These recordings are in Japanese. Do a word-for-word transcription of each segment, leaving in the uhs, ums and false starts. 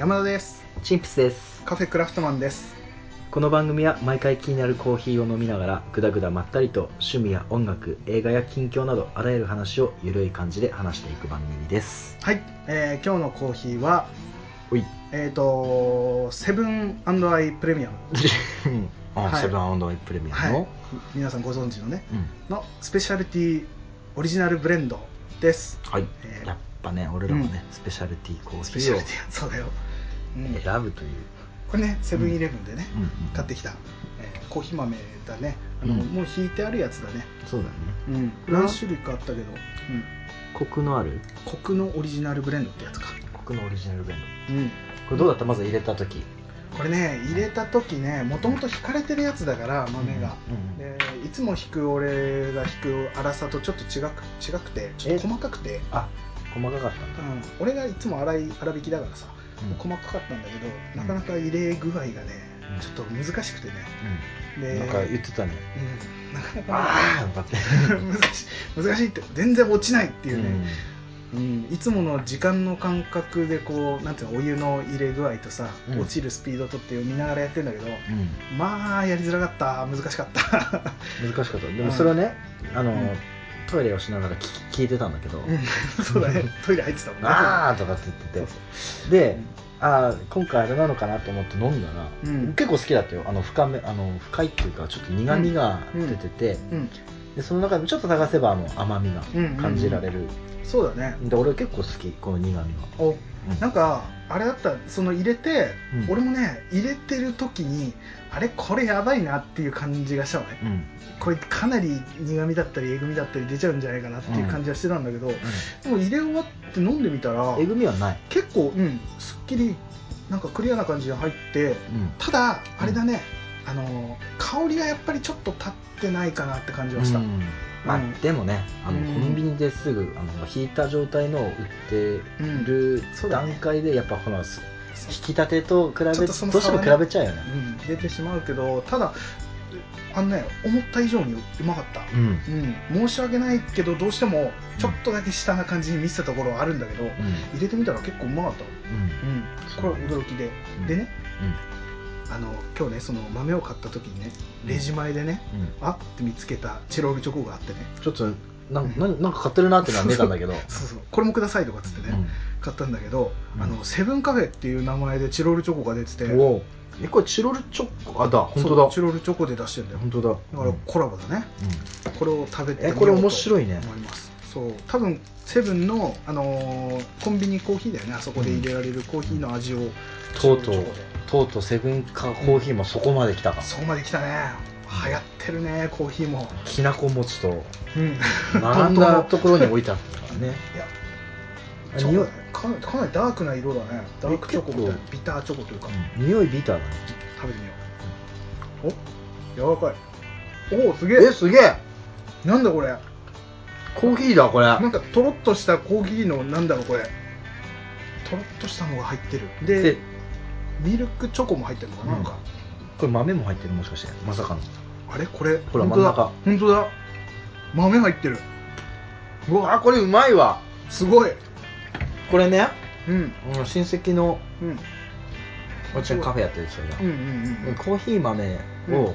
山田です。 チンプスです。 カフェクラフトマンです。 この番組は毎回気になるコーヒーを飲みながらぐだぐだまったりと趣味や音楽、映画や近況などあらゆる話をゆるい感じで話していく番組です。 はい、えー、今日のコーヒーはおいえーとセブンアンドアイプレミアムあ、はい、セブンアンドアイプレミアムの、はい、 皆さんご存知のね、 うん、 のスペシャルティーオリジナルブレンドです。 はい、えー、やっぱね俺らはね、うん、スペシャルティーコーヒーをそうだよ、うん、選ぶというこれねセブンイレブンでね、 うんうんうん、 買ってきた、えー、コーヒー豆だね。あの、うん、もうひいてあるやつだね。 そうだね、 うん、何種類かあったけど、うん、 コクのあるコクのオリジナルブレンドってやつか。 コクのオリジナルブレンド、 うん、 これどうだった？まず入れた時。 これね入れた時ね、もともと引かれてるやつだから豆が、うんうん、でいつも引く俺が引く粗さとちょっと違く違くてちょっと細かくて、 あ、細かかったんだ、 うん、俺がいつも粗い粗挽きだからさ、うん、細かかったんだけど、うん、なかなか入れ具合がね、うん、ちょっと難しくてね、 うん、でなんか言ってたね、 うん、なかなか、ね、 あーって難しい難しいって全然落ちないっていうね、うんうん、いつもの時間の感覚でこうなんていうのお湯の入れ具合とさ、うん、落ちるスピードとって見ながらやってんだけど、うん、まあやりづらかった、難しかった難しかった。でもそれはね、うん、あの、うん、トイレをしながら聞いてたんだけど、 うん、そうだねトイレ入ってたもんねあーとかって言ってて、そうそうで、うん、あ今回あれなのかなと思って飲んだら、うん、結構好きだったよ。あの 深めあの深いっていうかちょっと苦みが出てて、うんうん、でその中でちょっと探せばあの甘みが感じられる、うんうんうん、 そうだね。 で俺結構好きこの苦みが。 お、うん、なんかあれだったその入れて、うん、俺もね入れてる時にあれこれやばいなっていう感じがしたのね、うん、これかなり苦みだったりえぐみだったり出ちゃうんじゃないかなっていう感じはしてたんだけど、うんうん、でも入れ終わって飲んでみたらえぐみはない、 結構、うん、すっきりなんかクリアな感じで入って、うん、ただあれだね、うん、あの香りがやっぱりちょっと立ってないかなって感じはした、うん、 まあ、うん、でもねあの、うん、コンビニですぐあの引いた状態のを売ってる段階でやっぱこの引き立てと比べどうしても比べちゃうよね、 うん、出てしまうけどただあのね思った以上にうまかった、うんうん、申し訳ないけどどうしてもちょっとだけ下な感じに見せたところはあるんだけど、うん、入れてみたら結構うまかった、うんうん、これは驚きで、うん、でね、うん、あの今日ねその豆を買った時にねレジ前でね、うん、あって見つけたチロルチョコがあってねちょっとな ん, なんか買ってるなってのは見えたんだけどそうそうこれもくださいとかっつってね、うん、買ったんだけど、うん、あのセブンカフェっていう名前でチロルチョコが出てて、 おえこれチロルチョコあだ本当だチロルチョコで出してるんだよ。 本当だだからコラボだね、うん、これを食べてみようとえこれ面白いね思います。そう多分セブンの、あのー、コンビニコーヒーだよねあそこで入れられるコーヒーの味を、うん、 とうとうとうとうセブンカコーヒーもそこまで来たか、うん、 そこまで来たね。流行ってるねコーヒーもきなこ餅と並んだところに置いてあったからねいやチョコね か, かなりダークな色だね。ダークチョコみたいなビターチョコというか、 うん、匂いビターだね。 食べてみよう、うん、お柔らかい。おおすげええすげえなんだこれコーヒーだこれなんかとろっとしたコーヒーのなんだろうこれとろっとしたのが入ってるでミルクチョコも入ってるのかな、うん、なんかこれ豆も入ってるもしかしてまさかのあれこれほら真ん中本当だ豆入ってる。 うわあこれうまいわすごいこれね、 うん、 親戚の、 うん、 うちのカフェやってるんですよ、 うんうんうんうん、 コーヒー豆を、うん、あの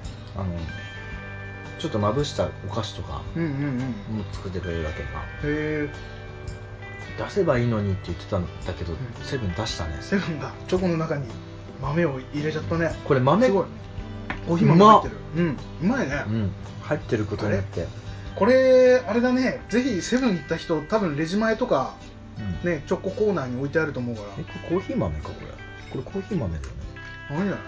ちょっとまぶしたお菓子とかも作ってくれるわけが、 へえ出せばいいのにって言ってたんだけど、うん、セブン出したね。 セブンだチョコの中に豆を入れちゃったね。 これ豆すごいコーヒー豆入ってる。うん、うまいね、 うん、入ってることによってこれあれだねぜひセブン行った人多分レジ前とか、うん、ねチョココーナーに置いてあると思うから。 えこれコーヒー豆かこれこれコーヒー豆だよね。 何じゃない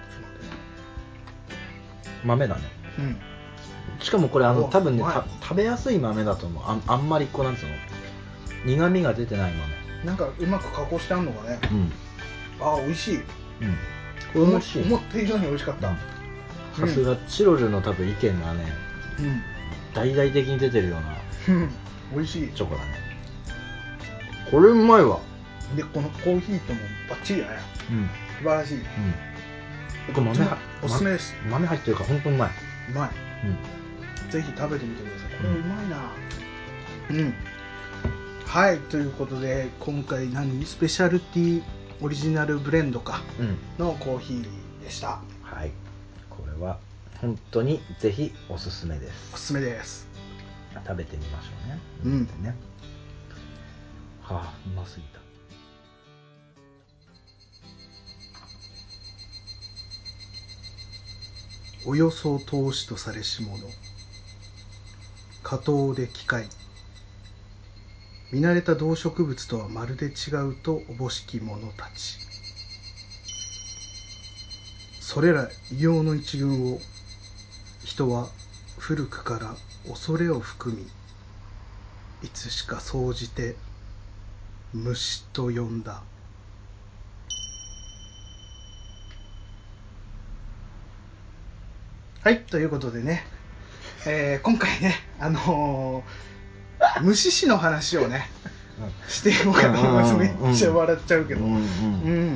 豆だね。うん。しかもこれあの多分ね食べやすい豆だと思う。 あ, あんまりこうなんつうの苦味が出てない豆なんかうまく加工してあんのかね。うん。あ美味しい。うん。 これ美味しい。 思った以上に美味しかった。 さすがチロルの多分意見がね、うん、大々的に出てるような、うん、 美味しいチョコだね。これうまいわ。 でこのコーヒーともバッチリだね。うん。素晴らしい。うん。 これ豆おすすめです。 豆入ってるから本当うまい。 うまい。うん。ぜひ食べてみてください。これうまいな。うん。はいということで今回何スペシャルティオリジナルブレンドかのコーヒーでした、 うん、はい、これは本当にぜひおすすめです。 おすすめです。 食べてみましょうね。 うん、 ね、はあ、うますぎた。 およそ投資とされし者、下等で機械、見慣れた動植物とはまるで違うとおぼしき者たち。それら異形の一群を人は古くから恐れを含み、いつしか総じて虫と呼んだ。はい、ということでね、えー、今回ね、あのー、虫師の話をね、うん、していこうかと思います。めっちゃ笑っちゃうけど、うん、うんうん、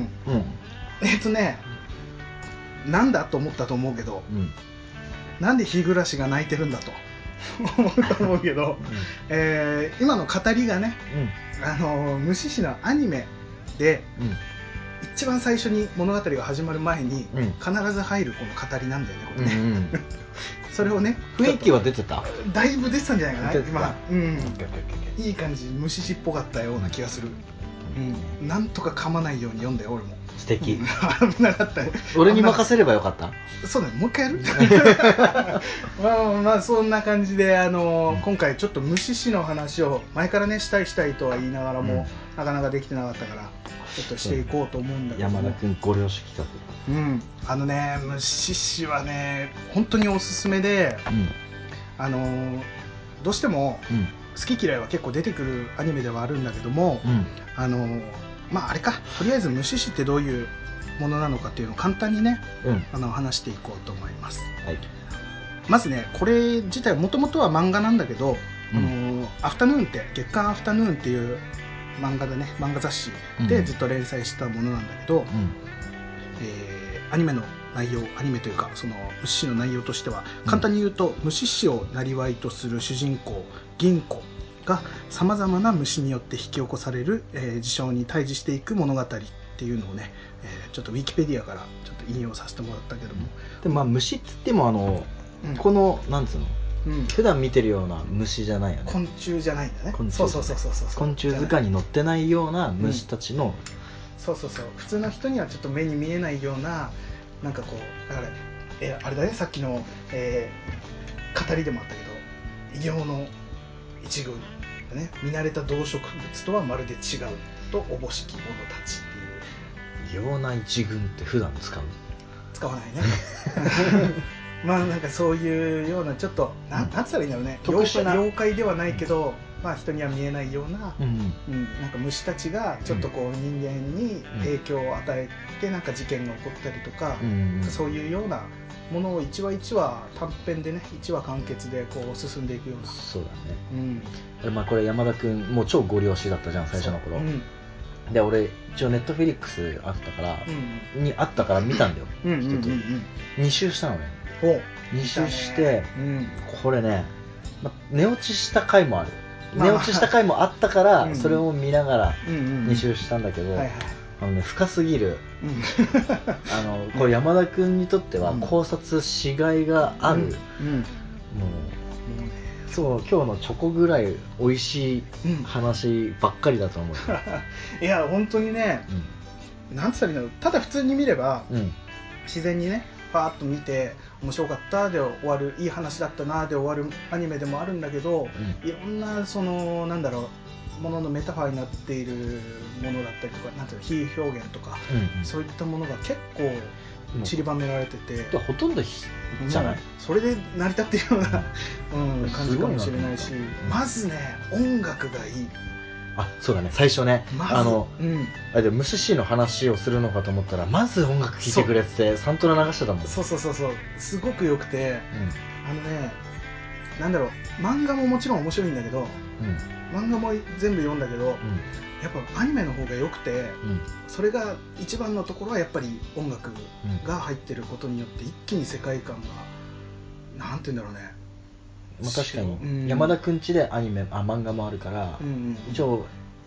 えっとね、なんだと思ったと思うけど、うん、なんで日暮が泣いてるんだと思うと思うけど、うん、えー、今の語りがね、うん、あのー、虫師のアニメで、うん、一番最初に物語が始まる前に必ず入るこの語りなんだよね、これね、うんうん、それをね、 雰囲気は出てた、 だいぶ出てたんじゃないかな今、うん、いい感じ虫師っぽかったような気がする、うん、なんとか噛まないように読んだよ俺も。 素敵、 うん、危なかったよ。 俺に任せればよかった。 そうだね、もう一回やるまあまあそんな感じで、あのーうん、今回ちょっと虫師の話を前からねしたいしたいとは言いながらも、うん、なかなかできてなかったからちょっとしていこうと思うんだけど、 山田君ご了承企画、うん、あのね、虫師はね本当におすすめで、うん、あのー、どうしても好き嫌いは結構出てくるアニメではあるんだけども、うん、あのーまああれか、とりあえず虫師ってどういうものなのかっていうのを簡単にね、うん、あの話していこうと思います、はい、まずね、これ自体もともとは漫画なんだけど、うん、あのアフタヌーンって月刊アフタヌーンっていう漫画でね、漫画雑誌でずっと連載したものなんだけど、うん、えー、アニメの内容、アニメというかその虫師の内容としては簡単に言うと、うん、虫師をなりわいとする主人公銀子がさまざまな虫によって引き起こされる、えー、事象に対峙していく物語っていうのをね、えー、ちょっとウィキペディアからちょっと引用させてもらったけども、 でもまあ虫っつってもあの、うん、このなんつうの、うん、普段見てるような虫じゃないよね。 昆虫じゃないんだね。 昆虫、 そうそうそうそうそう、 昆虫図鑑に載ってないような虫たちの、うん、 そうそうそう、普通の人にはちょっと目に見えないような、なんかこうだから、えー、あれだね、さっきの、えー、語りでもあったけど異形の一群ね、見慣れた動植物とはまるで違うとおぼしき者たちっていう。 異様な一群って普段使う？ 使わないねまあなんかそういうようなちょっと、うん、な, なんつったらいいんだろうね、 特殊な妖怪ではないけど、まあ、人には見えないような、うんうん、なんか虫たちがちょっとこう人間に影響を与えてなんか事件が起こったりとか、うん、そういうようなものを一話一話短編でね、一話完結でこう進んでいくような。 そうだね、うん、まあこれ山田君もう超ご了承だったじゃん最初の頃、うん、で俺一応ネットフィリックスあったから、うん、にあったから見たんだよ、うん、一つに周したのね。に周して、うん、これね、ま、寝落ちした回もある、まあ、寝落ちした回もあったから、まあ、それを見ながらに周したんだけど、あのね、深すぎる、うん、あのこれ山田君にとっては考察しがいがある、うんうん、もう、もうね、そう今日のチョコぐらい美味しい話ばっかりだと思う、 うん、いや本当にね、うん、なんつったらいいんだろう、ただ普通に見れば、うん、自然にねパーッと見て面白かったで終わる、いい話だったなで終わるアニメでもあるんだけど、うん、いろんなそのなんだろうもののメタファーになっているものだったりとか、なんていうの、比喩表現とか、うんうん、そういったものが結構散りばめられてて、 ほとんどじゃない、 それで成り立っているような、うんうん、感じかもしれないし、まずね音楽がいい。 あ、そうだね、最初ね、ま、あの、うん、あれで虫師の話をするのかと思ったらまず音楽聴いてくれてサントラ流してたもん。 そうそうそうそう、すごく良くて、うん、あのね、なんだろう、漫画ももちろん面白いんだけど、うん、漫画も全部読んだけど、うん、やっぱアニメの方が良くて、うん、それが一番のところはやっぱり音楽が入ってることによって一気に世界観が、なんて言うんだろうね、 まあ、確かに山田くんちでアニメ、あ、漫画もあるから、うんうん、一応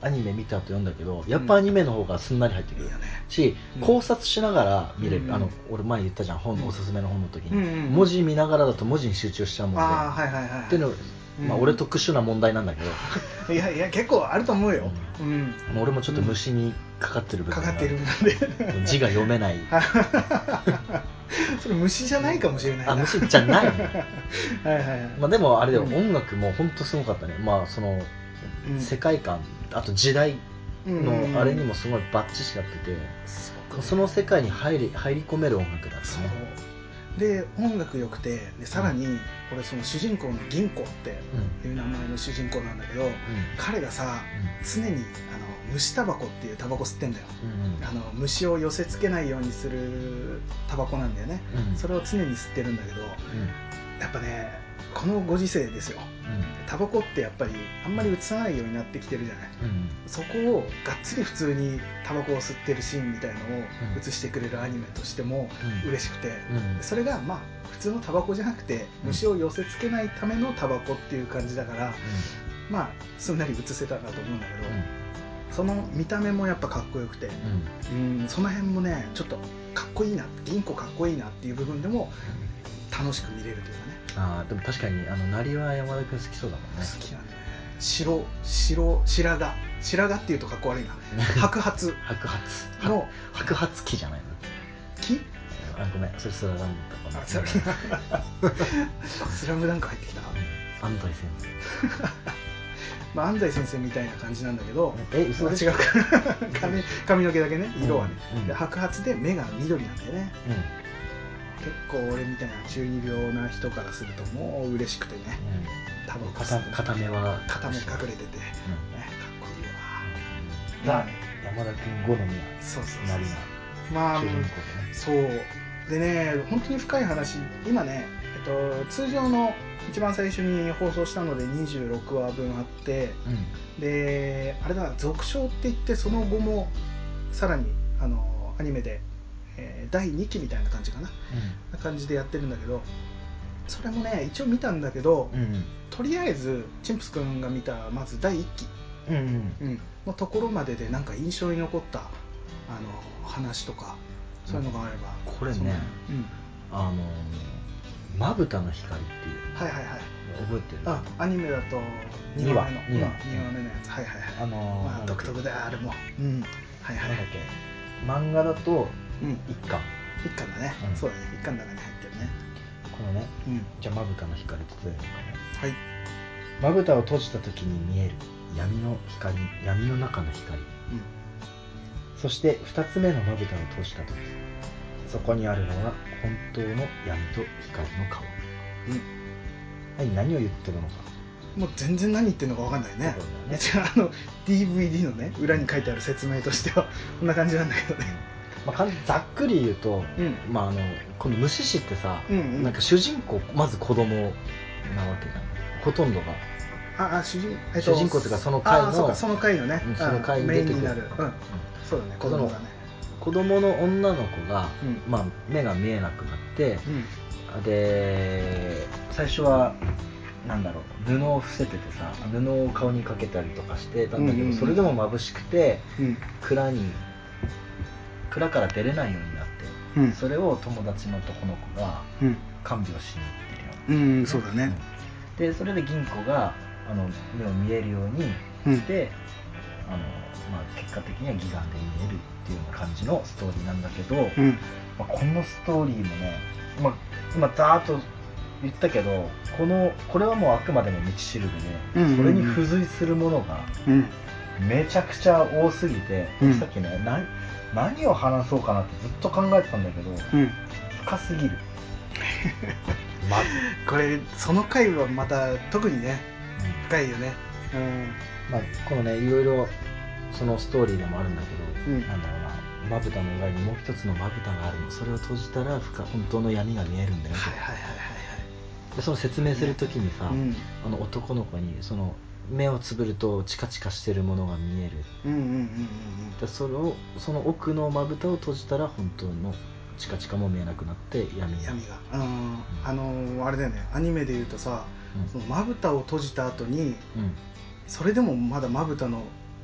アニメ見た後読んだけど、やっぱアニメの方がすんなり入ってくる、うん、し、うん、考察しながら見れる、うん、あの俺前言ったじゃん、本のおすすめの本の時に、うんうん、文字見ながらだと文字に集中しちゃうもんで、あ、はいはいはいはい、っていうの、まあ、俺特殊な問題なんだけど、いやいや結構あると思うよ、 うんうん、俺もちょっと虫にかかってる部分が、かかってる部分で字が読めないそれ虫じゃないかもしれないな。 あ、虫じゃないねはいはい、はい、まあ、でもあれだよ、うん、音楽も本当すごかったね。まあその、うん、世界観、あと時代のあれにもすごいバッチシやってて、うん、その世界に入り入り込める音楽だったね。 で音楽良くて、でさらにこれその主人公の銀子っていう名前の主人公なんだけど、うん、彼がさ、うん、常にあの虫タバコっていうタバコ吸ってんだよ、うんうん、あの虫を寄せつけないようにするタバコなんだよね、うん、それを常に吸ってるんだけど、うん、やっぱねこのご時世ですよ、うん、タバコってやっぱりあんまり映さないようになってきてるじゃない、うん、そこをがっつり普通にタバコを吸ってるシーンみたいのを映してくれるアニメとしても嬉しくて、うん、それがまあ普通のタバコじゃなくて虫を寄せつけないためのタバコっていう感じだから、うん、まあすんなり映せたかと思うんだけど、うん、その見た目もやっぱかっこよくて、うんうん、その辺もねちょっとかっこいいな、銀行かっこいいなっていう部分でも楽しく見れるというかね。 あ、でも確かにあのなりは山田君好きそうだもんね。 好きなんだね。白白白髪白髪っていうとかっこ悪いな白髪白髪の白髪木じゃないの木？ あ、ごめん、それスラムダンクだったかなスラムダンク入ってきた、 安西先生まあ安西先生みたいな感じなんだけど、 え、嘘でしょ？ 違う髪, 髪の毛だけね、色はね、うんうん、で白髪で目が緑なんだよね、うん、結構俺みたいな中二病な人からするともう嬉しくてね、うん、多分片, 片目は片目隠れてて、うん、ね、かっこいいわ、うん、山田君好みなそうそうなりなまあ、主人公でね、そうでね、本当に深い話、今ね、えっと、通常の一番最初に放送したのでにじゅうろくわぶんあって、うん、であれだ、続賞って言ってその後もさらにあのアニメで、えー、だいにきみたいな感じかな、うん、な感じでやってるんだけど、それもね一応見たんだけど、うんうん、とりあえずチンプスくんが見たまずだいいっき、うんうんうん、のところまででなんか印象に残ったあの話とかそういうのがあれば、 これね、うん、あのまぶたの光っていう、 はいはいはい、 覚えてる？ あ、アニメだとにわめのにわめのやつ、はいはいはい、あのー、まあ独特だよあれも、うん、はいはい、 なんだっけ、漫画だといっかん、 いっかんだね、うん、そうだね、いっかんの中に入ってるね。 このね、うん、じゃあまぶたの光ってどういうのかね、 はい、 まぶたを閉じた時に見える闇の光、闇の中の光、うん、そしてふたつめのまぶたを閉じた時、そこにあるのは本当の闇と光の顔、うん、はい、何を言ってるのかもう全然何言ってるのか分かんないね。ね、あの ディーブイディー のね裏に書いてある説明としてはこんな感じなんだけどね、 まあ、ざっくり言うと、うん、まあ、あのこの虫師ってさ、うんうん、なんか主人公まず子供なわけじゃん、ほとんどが。 ああ主人、 えっと、主人公っていうかその回の、 そうかその回のね、 うん、その回に出てくるメインになる、 うん、そうだね、子供がね、 子供の女の子が、うん、まあ、目が見えなくなって、うん、で最初はなんだろう、布を伏せててさ、布を顔にかけたりとかしてたんだけど、うんうんうん、それでも眩しくて、うん、蔵に蔵から出れないようになって、うん、それを友達の男の子が看病しに行ってるような、 うんうん、そうだね、 うん、でそれで銀子があの目を見えるようにして、うん、あのまあ、結果的には義眼で見えるっていうような感じのストーリーなんだけど、うん、まあ、このストーリーもね、まあ、今ざーっと言ったけど、このこれはもうあくまでも道しるべで、うんうんうん、それに付随するものがめちゃくちゃ多すぎて、うん、さっきね、何何を話そうかなってずっと考えてたんだけど、うん、深すぎるまずこれその回はまた特にね、うん、深いよね、うん、 まあ、このねいろいろそのストーリーでもあるんだけど、うん、なんだろうな、まぶたの裏にもう一つのまぶたがあるの、それを閉じたら本当の闇が見えるんだよ、はいはいはいはい、でその説明するときにさ、うん、あの男の子にその目をつぶるとチカチカしてるものが見える、うんうんうんうん、でそれをその奥のまぶたを閉じたら本当のチカチカも見えなくなって闇が闇が、うん、あのー、あれだよね、アニメでいうとさ、うん、そのまぶたを閉じた後に、うん、それでもまだまぶたの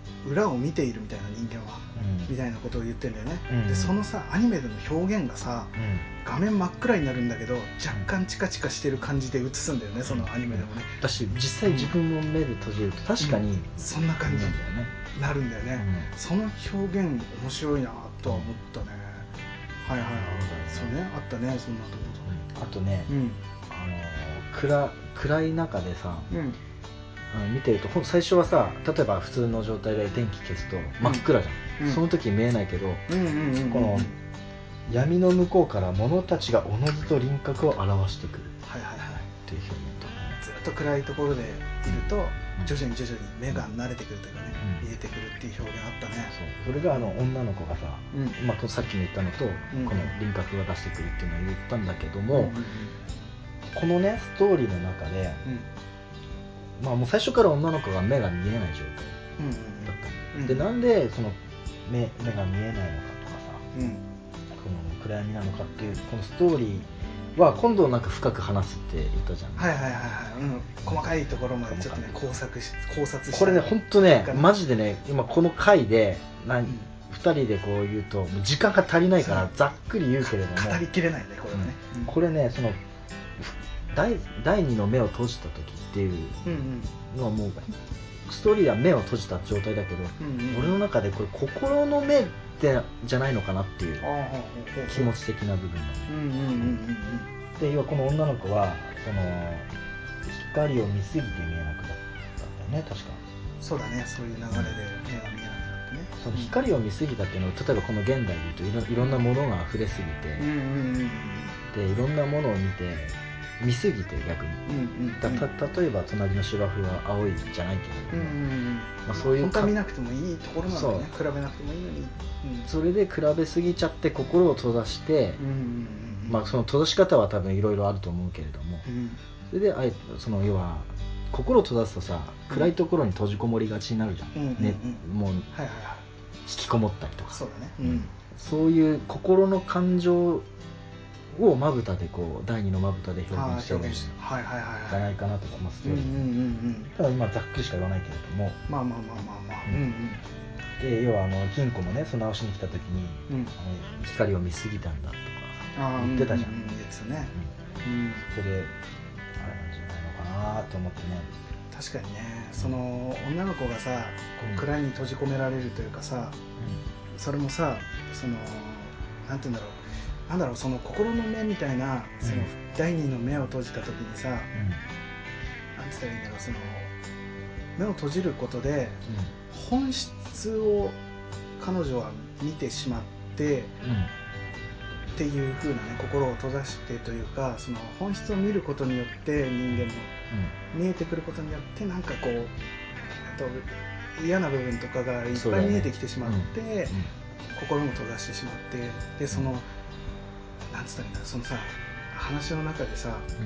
裏を見ているみたいな人間は、うん、みたいなことを言ってんだよね、うん、でそのさアニメでの表現がさ、うん、画面真っ暗になるんだけど若干チカチカしてる感じで映すんだよね、そのアニメでもね。 だし実際自分も目で閉じると確かに、うん、 そんな感じなんだよね、なるんだよね、うん、その表現面白いなとは思ったね、うん、はいはいはい、そうね、あったね、そんなところ、うん、あとね、うん、あの 暗, 暗い中でさ、うんあの見てると最初はさ、例えば普通の状態で電気消すと真っ暗じゃん、うん、その時見えないけど、この闇の向こうから物たちがおのずと輪郭を表してくるっていう表現とかね、 ずっと暗いところでいると、うん、徐々に徐々に目が慣れてくるというかね、うん、見えてくるっていう表現あったね。 そう、それがあの女の子がさ、うんまあ、さっきも言ったのと、うん、この輪郭が出してくるっていうのは言ったんだけども、うんうんうん、このねストーリーの中で、うんまあ、もう最初から女の子が目が見えない状態だったんだ、うんうん、でなんでその 目, 目が見えないのかとかさ、うん、この暗闇なのかっていうこのストーリーは今度なんか深く話すって言ったじゃん。 はいはいはいはい、うん、細かいところまでちょっとね考察し考察してこれね本当ねマジでね今この回で何、うん、ふたりでこう言うと時間が足りないからざっくり言うけれども語りきれないねこれはね、 うん、これねその第, 第二の目を閉じた時っていうのはもうストーリーは目を閉じた状態だけど、うんうん、俺の中でこれ心の目ってじゃないのかなっていう気持ち的な部分だね。で要はこの女の子はその光を見すぎて見えなくなったんだよね確か。 そうだね、そういう流れで目が見えなくなってね、 その光を見すぎたっていうのは例えばこの現代で言うとい ろ, いろんなものが溢れすぎて、うんうんうん、でいろんなものを見て見すぎて逆に、うんうんうん、だた例えば隣の芝生は青いじゃないけれども、うんうんうんまあ、そういう本当は見なくてもいいところなんだよね、比べなくてもいいのに、うん、 それで比べすぎちゃって心を閉ざして、うんうんうんまあ、その閉ざし方は多分いろいろあると思うけれども、うん、それであえてその要は心を閉ざすとさ暗いところに閉じこもりがちになるじゃん、うんうんうんね、もう、はいはいはい、引きこもったりとかそうだね、うん、 そういう心の感情をまぶたでこう第二のまぶたで表現してるんじゃないかなとかますけど、ただ今ざっくりしか言わないけれどもまあまあまあまあまあ、うんうん、 で要はあの金庫もねその直しに来た時に、うん、あの光を見すぎたんだとかさ言ってたじゃん、うんうんうん、言ってたね、うん、そこであれなんじゃないのかなと思ってね。 確かにね、その女の子がさこう蔵に閉じ込められるというかさ、うん、それもさそのなんて言うんだろうなんだろうその心の目みたいなその第二の目を閉じた時にさ、うん、なんて言ったらいいんだろうその目を閉じることで本質を彼女は見てしまって、うん、っていう風なね心を閉ざしてというかその本質を見ることによって人間も見えてくることによってなんかこうと嫌な部分とかがいっぱい見えてきてしまって、ねうんうん、心も閉ざしてしまってでその、うんなんつったらいいんだそのさ話の中でさ、うん、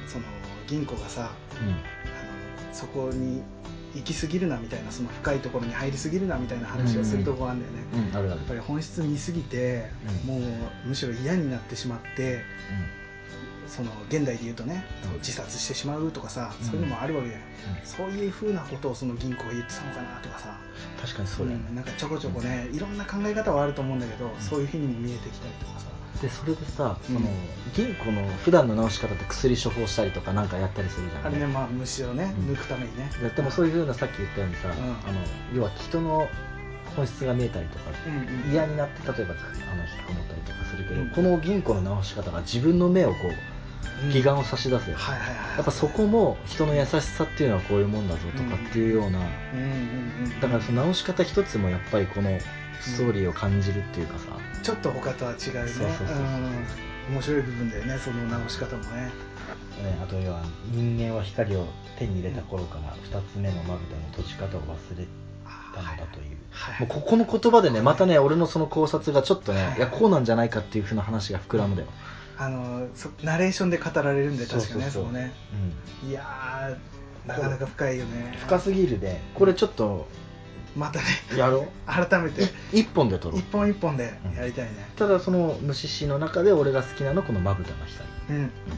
その銀行がさ、うん、あのそこに行き過ぎるなみたいなその深いところに入り過ぎるなみたいな話をするところがあるんだよね、うんうん、あるあるやっぱり本質見すぎて、うん、もうむしろ嫌になってしまって、うん、その現代で言うとね、うん、自殺してしまうとかさ、うん、そういうのもあるわけで、うん、そういうふうなことをその銀行が言ってたのかなとかさ確かにそうだよね、 うん、なんかちょこちょこね、うん、いろんな考え方はあると思うんだけど、うん、そういうふうにも見えてきたりとかさでそれでさ、その、うん、銀行の普段の治し方って薬処方したりとかなんかやったりするじゃん、ね、 あれね、まあ虫をね、うん、抜くためにねでもそういうふうなさっき言ったようにさ、うん、あの要は人の本質が見えたりとか、うんうん、嫌になって例えばあの引きこもったりとかするけど、うん、この銀行の治し方が自分の目をこう義眼を差し出すよ、はいはいはい、やっぱそこも人の優しさっていうのはこういうもんだぞとかっていうような、だからその直し方一つもやっぱりこのストーリーを感じるっていうかさ、 うん、ちょっと他とは違うね、そうそうそうそう、うん、面白い部分だよね、その直し方もね。 ね、あと要は人間は光を手に入れた頃からふたつめのまぶたの閉じ方を忘れたのだという、はいはい、もうここの言葉でねまたね俺のその考察がちょっとね、はいはい、いやこうなんじゃないかっていう風な話が膨らむだよ、 あのナレーションで語られるんで確かね、そうね、うん、いやーなかなか深いよね、 深すぎるでこれちょっとまたねやろう改めて一本で撮ろう、 一本一本でやりたいね、 うん、ただその虫師の中で俺が好きなのこのまぶたの光、うん、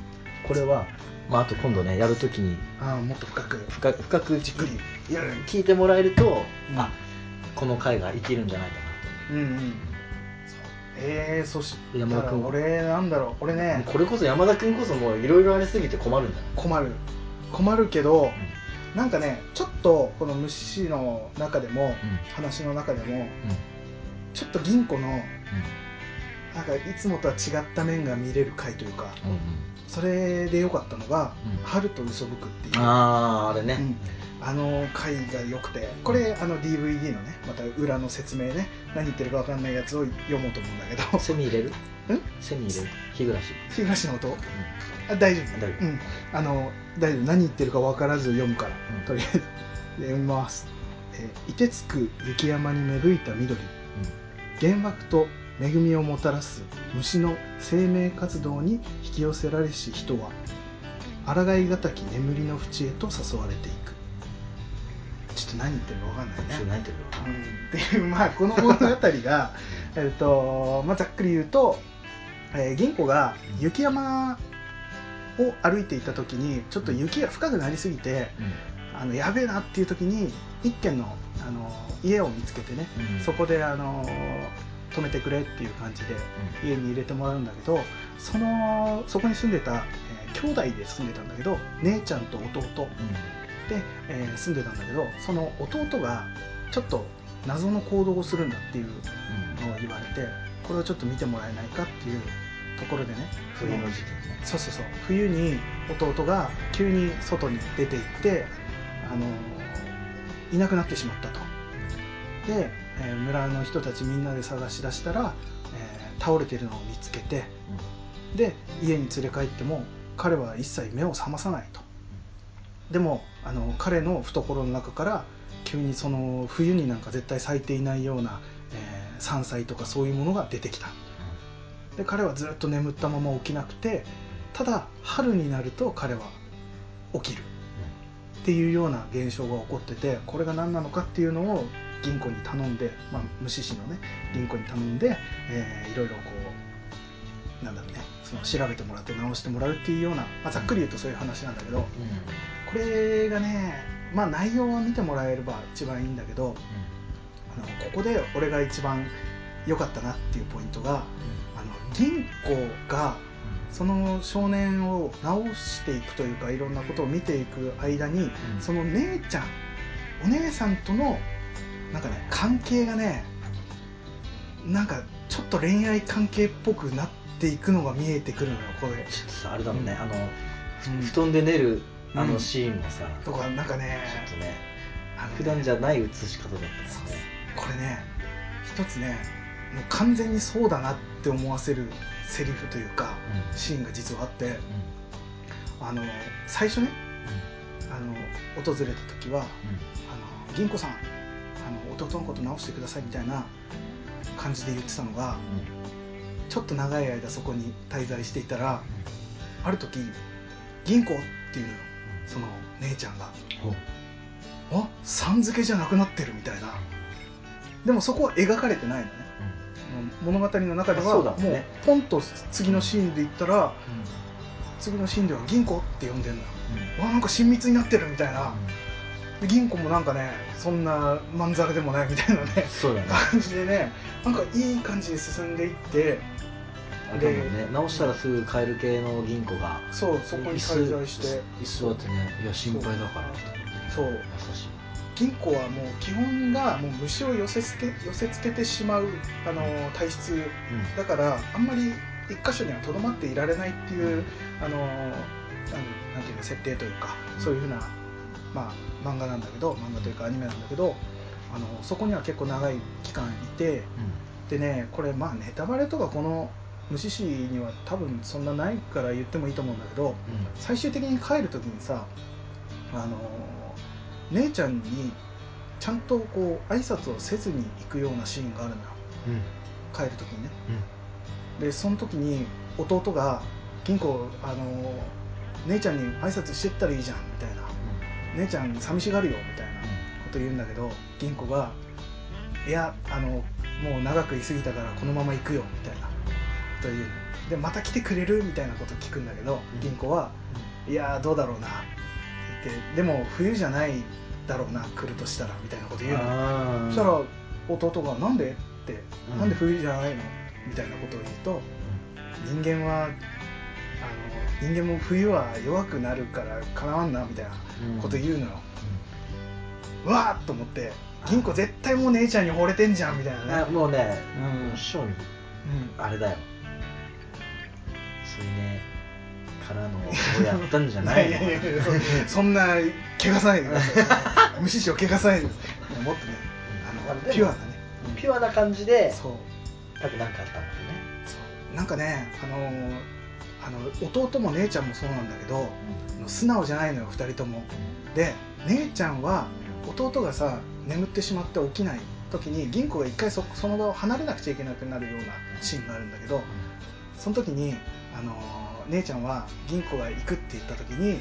これは、まあ、あと今度ねやるときにあもっと深く深く深くじっくり聞いてもらえると、うん、あこの回が生きるんじゃないかなと。うんうんえー、そして山田君俺なんだろう俺ねこれこそ山田君こそもういろいろありすぎて困るんだよ。 困る困るけど、うん、なんかねちょっとこの虫の中でも、うん、話の中でも、うん、ちょっと銀子の、うん、なんかいつもとは違った面が見れる回というか、うんうん、それで良かったのが、うん、春と嘘吹くっていうあああれね、 うんあの回が良くてこれあの ディーブイディー のねまた裏の説明ね何言ってるか分かんないやつを読もうと思うんだけどセミ入れるんセミ入れる日暮らし日暮らしの音、うん、あ大丈夫大丈夫、うん、あの大丈夫何言ってるか分からず読むから、うん、とりあえず読みます、えー、凍てつく雪山に芽吹いた緑、うん、原爆と恵みをもたらす虫の生命活動に引き寄せられし人は抗いがたき眠りの淵へと誘われていく。ちょっと何言ってるか分かんないね。 何言ってるか分かんない。 っていうまあこの物語がえっとまあざっくり言うと、えー、銀子が雪山を歩いていた時にちょっと雪が深くなりすぎて、うん、あのやべえなっていう時に一軒のあの家を見つけてね、うん、そこであの泊めてくれっていう感じで家に入れてもらうんだけど、そのそこに住んでた、えー、兄弟で住んでたんだけど姉ちゃんと弟、うんで、えー、住んでたんだけどその弟がちょっと謎の行動をするんだっていうのを言われて、これをちょっと見てもらえないかっていうところでね冬の時期にねそうそうそう冬に弟が急に外に出て行って、あのー、いなくなってしまったと。で、えー、村の人たちみんなで探し出したら、えー、倒れてるのを見つけて、うん、で家に連れ帰っても彼は一切目を覚まさないと。でもあの彼の懐の中から急にその冬になんか絶対咲いていないような、えー、山菜とかそういうものが出てきた。で彼はずっと眠ったまま起きなくて、ただ春になると彼は起きるっていうような現象が起こってて、これが何なのかっていうのを銀子に頼んで、まあ、虫師のね銀子に頼んで、えー、いろいろこうなんだろうねその調べてもらって直してもらうっていうような、まあ、ざっくり言うとそういう話なんだけど、うん、これがねまあ内容を見てもらえれば一番いいんだけど、うん、あのここで俺が一番良かったなっていうポイントが、うん、あの銀子がその少年を直していくというかいろんなことを見ていく間に、うん、その姉ちゃんお姉さんとのなんかね関係がねなんかちょっと恋愛関係っぽくなっていくのが見えてくるのよこれ。 ちょっとさあれだもんね、うん、あの、うん、布団で寝るあのシーンもさ、うん、 とかなんかねちょっとねあのね普段じゃない映し方だったもんね。 これね一つねもう完全にそうだなって思わせるセリフというか、うん、シーンが実はあって、うん、あの最初ね、うん、あの訪れた時は、うん、あの銀子さんあの弟のこと直してくださいみたいな感じで言ってたのが、うん、ちょっと長い間そこに滞在していたら、うん、ある時銀子っていうのよその姉ちゃんが、うん、あさん付けじゃなくなってるみたいな。でもそこは描かれてないのね、うん、物語の中ではもうポンと次のシーンで言ったら、うん、次のシーンでは銀子って呼んでるのよ、うん、わなんか親密になってるみたいな、うん、で銀子もなんかねそんなまんざらでもないみたいなね、 そうだね感じでねなんかいい感じに進んでいってで、ね、直したらすぐ帰る系の銀子がそうそこに滞在して居座ってねいや心配だからそう優しい銀子はもう基本がもう虫を寄せつけ、寄せつけてしまうあの体質、うん、だからあんまり一箇所にはとどまっていられないっていう、うん、あのなんていうの設定というか、うん、そういうふうな、まあ、漫画なんだけど漫画というかアニメなんだけどあのそこには結構長い期間いて、うん、でねこれまあネタバレとかこの虫師には多分そんなないから言ってもいいと思うんだけど、うん、最終的に帰る時にさあの姉ちゃんにちゃんとこう挨拶をせずに行くようなシーンがあるのよ、うん、帰る時にね、うん、でその時に弟が銀子あの姉ちゃんに挨拶してったらいいじゃんみたいな、うん、姉ちゃん寂しがるよみたいなこと言うんだけど銀子がいやあのもう長く居すぎたからこのまま行くよみたいなこというのでまた来てくれるみたいなこと聞くんだけど、うん、銀行は、うん、いやどうだろうなって言ってでも冬じゃないだろうな来るとしたらみたいなこと言うの。そしたら弟がなんでって、うん、なんで冬じゃないのみたいなことを言うと、うん、人間はあの人間も冬は弱くなるからかなわんなみたいなこと言うのよ、うん、うわーっと思って銀行絶対もう姉ちゃんに惚れてんじゃんみたいなね。 もうね、うん、正味、うん、あれだよそういうねからのをやったんじゃないのいやいやいやそ, そんな汚さないでください無視しを汚さないでください。もっとねあのピュアなねピュアな感じでそう多分何かあったんだよね。 そうなんかねあのーあの弟も姉ちゃんもそうなんだけど、うん、素直じゃないのよふたりとも、うん、で姉ちゃんは弟がさ眠ってしまって起きない時に銀行が一回 そ, その場を離れなくちゃいけなくなるようなシーンがあるんだけど、うん、その時に、あのー、姉ちゃんは銀行が行くって言った時に、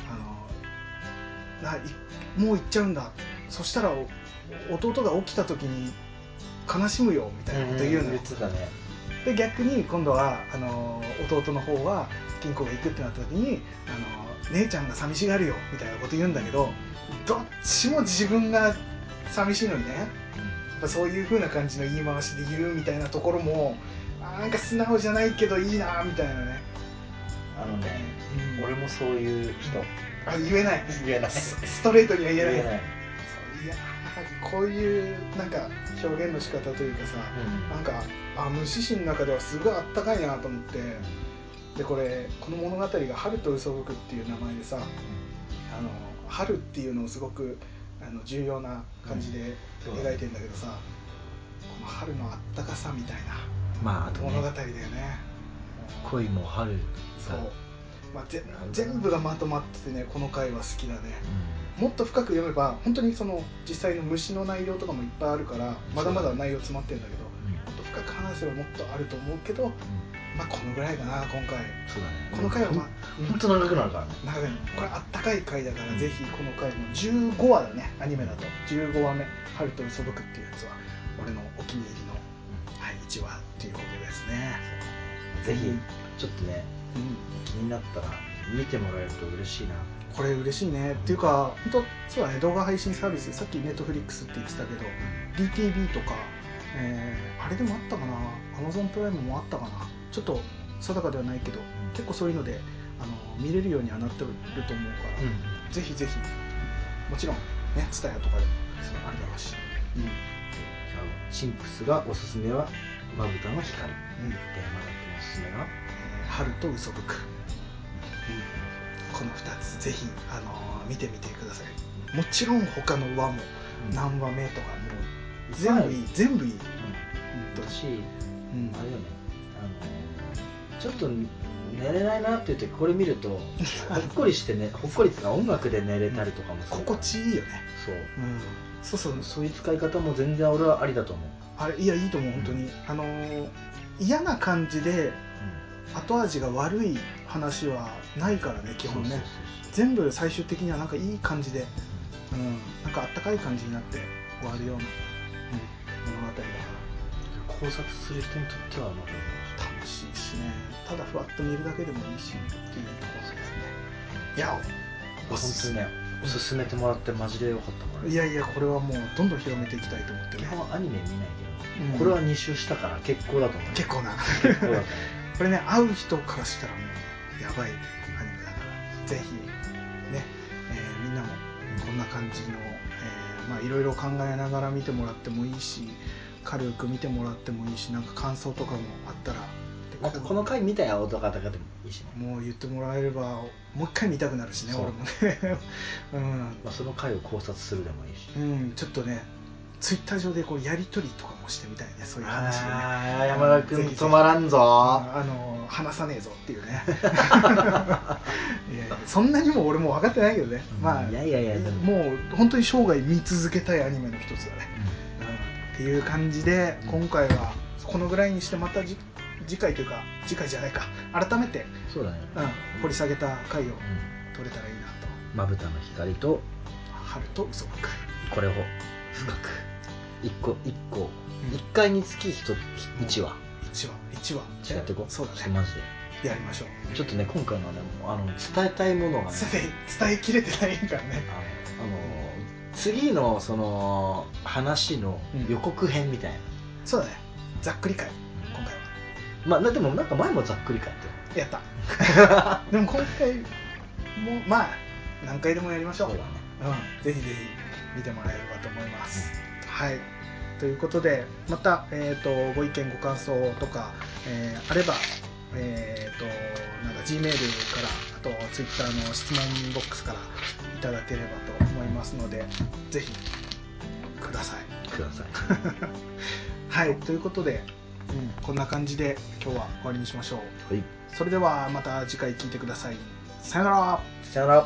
あのー、ないもう行っちゃうんだそしたら弟が起きた時に悲しむよみたいなこと言うのよ、うん、 言ってたね。 で逆に今度はあの弟の方は銀行が行くってなった時にあの姉ちゃんが寂しがるよみたいなこと言うんだけどどっちも自分が寂しいのにね、やっぱそういう風な感じの言い回しで言うみたいなところもなんか素直じゃないけどいいなみたいなね。 あのね、うん、俺もそういう人あ言えない言えないス, ストレートには言えない。 言えないいやこういうなんか表現の仕方というかさ、うん、なんかあ無視心の中ではすごいあったかいなと思って、でこれこの物語が春と嘘吹くっていう名前でさ、うん、あの春っていうのをすごくあの重要な感じで描いてるんだけどさ、うん、この春のあったかさみたいな、まああとね、物語だよね。 恋も春そう、まあ、ぜ全部がまとまっててねこの回は好きだね、うん、もっと深く読めば本当にその実際の虫の内容とかもいっぱいあるからまだまだ内容詰まってるんだけど、うん、もっと深く話せばもっとあると思うけど、うん、まあこのぐらいかな今回。 そうだね、 この回はまあ本当長くなるからね。 長いこれあったかい回だから、うん、ぜひこの回のじゅうごわだねアニメだとじゅうごわめ春と嘘吹くっていうやつは俺のお気に入りの、うんはい、いちわっていうことですね。 ぜひ、うん、ちょっとね、うん、気になったら見てもらえると嬉しいな。 これ嬉しいね、うん、っていうか本当そうだね動画配信サービスさっきネットフリックスって言ってたけど、うん、ディーティービー とか、えー、あれでもあったかな Amazon プライムもあったかなちょっと定かではないけど、うん、結構そういうのであの見れるようにはなってると思うから、うん、ぜひぜひもちろんね ツタヤ とかでもあるだろうし、うん、じゃあシンプスがおすすめはまぶたの光、うん、で山田君おすすめが、 えー、春と嘘吹く、うん、このふたつぜひ、あのー、見てみてください。もちろん他の輪も、うん、何話目とかもう全部いい全部いい、うん、 だし、うん、あれよねあのー、ちょっと寝れないなっていう時これ見るとほっこりしてねほっこりっていうか音楽で寝れたりとかもする、 うん、心地いいよね。 そう、うん、 そうそうそういう使い方も全然俺はありだと思う。 あれいやいいと思う本当に、うん、あのー、嫌な感じで、うん、後味が悪い話はないからね基本ね。そうそうそうそう全部最終的にはなんかいい感じで、うん、なんかあったかい感じになって終わるような、うん、物語だから考察する人にとってはまた楽しいしねただふわっと見るだけでもいいしっていうところですね。いや本当にね勧めてもらってマジでよかったから、 いやいやこれはもうどんどん広めていきたいと思ってね。 基本アニメ見ないけど、うん、これはに周したから結構だと思う。 結構な結構だと思うこれね会う人からしたらもうやばいアニメだからぜひね、えー、みんなもこんな感じの、えー、まあいろいろ考えながら見てもらってもいいし軽く見てもらってもいいしなんか感想とかもあったらなんかこの回見たよとかとかでもいいしねもう言ってもらえればもう一回見たくなるしね俺もね、 うんまあ、その回を考察するでもいいし、 うん、ちょっとねツイッター上でこうやり取りとかもしてみたいねそういう話でね。 あ山田君止まらんぞ、 あの話さねえぞっていうねいやいやそんなにも俺も分かってないけどね、うん、まあいやいやいやもう本当に生涯見続けたいアニメの一つだね、うんうん、っていう感じで今回はこのぐらいにしてまたじ次回というか次回じゃないか改めてそうだね、 うん、掘り下げた回を取れたらいいなと。 まぶたの光と春と嘘吹くこれを深く一個一個一回につき一いちわいちわいちわやっていこう。 そうだね、 マジでやりましょう。 ちょっとね今回のはねあの伝えたいものがね伝えきれてないからね。 あのあの次のその話の予告編みたいな、うん、 そうだね、ざっくり会今回は。 まあでもなんか前もざっくり会ってやったでも今回もまあ何回でもやりましょう。そうだね、うん、ぜひぜひ見てもらえればと思います、うん、はい。ということでまた、えー、とご意見ご感想とか、えー、あれば、えー、となんか Gmail からあと Twitter の質問ボックスからいただければと思いますので、ぜひくださいくださいはいということで、うん、こんな感じで今日は終わりにしましょう。 はい、 それではまた次回聞いてください。さよなら。 さよなら。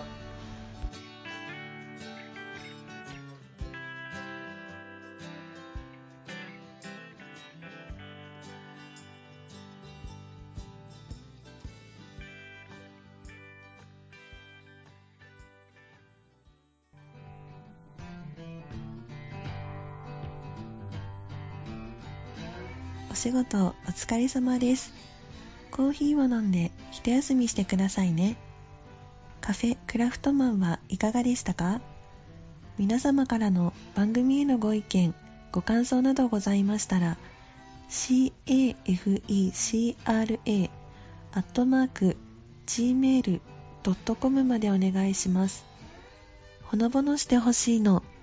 お仕事お疲れ様です。コーヒーを飲んで一休みしてくださいね。カフェクラフトマンはいかがでしたか？皆様からの番組へのご意見ご感想などございましたら カフェクラ アットマーク ジーメール ドットコム までお願いします。ほのぼのしてほしいの